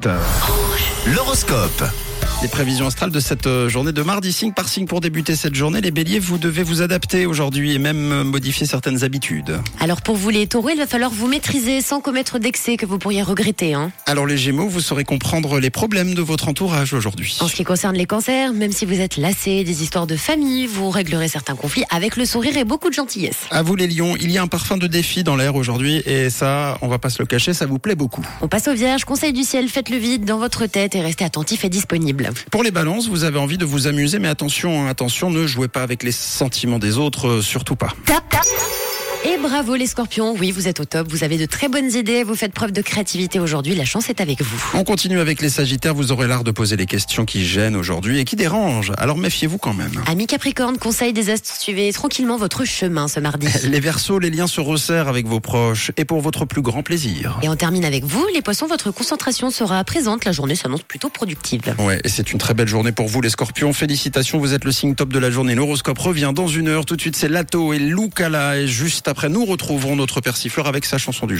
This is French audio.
7h. L'horoscope. Les prévisions astrales de cette journée de mardi, signe par signe pour débuter cette journée. Les béliers, vous devez vous adapter aujourd'hui et même modifier certaines habitudes. Alors pour vous les taureaux, il va falloir vous maîtriser sans commettre d'excès que vous pourriez regretter. Alors les gémeaux, vous saurez comprendre les problèmes de votre entourage aujourd'hui. En ce qui concerne les cancers, même si vous êtes lassés des histoires de famille, vous réglerez certains conflits avec le sourire et beaucoup de gentillesse. À vous les lions, il y a un parfum de défi dans l'air aujourd'hui et ça, on va pas se le cacher, ça vous plaît beaucoup. On passe aux vierges, conseil du ciel, faites le vide dans votre tête et restez attentif et disponible. Pour les balances, vous avez envie de vous amuser, mais attention, ne jouez pas avec les sentiments des autres, surtout pas. Et bravo les scorpions, oui vous êtes au top, vous avez de très bonnes idées, vous faites preuve de créativité aujourd'hui, la chance est avec vous. On continue avec les sagittaires, vous aurez l'art de poser les questions qui gênent aujourd'hui et qui dérangent, alors méfiez-vous quand même. Amis Capricorne, conseil des astres, suivez tranquillement votre chemin ce mardi. Les Verseaux, les liens se resserrent avec vos proches et pour votre plus grand plaisir. Et on termine avec vous, les poissons, votre concentration sera présente, la journée s'annonce plutôt productive. Ouais, et c'est une très belle journée pour vous les scorpions, félicitations, vous êtes le signe top de la journée. L'horoscope revient dans 1 heure, tout de suite c'est Lato et Lucala et juste après nous retrouverons notre persifleur avec sa chanson du jour.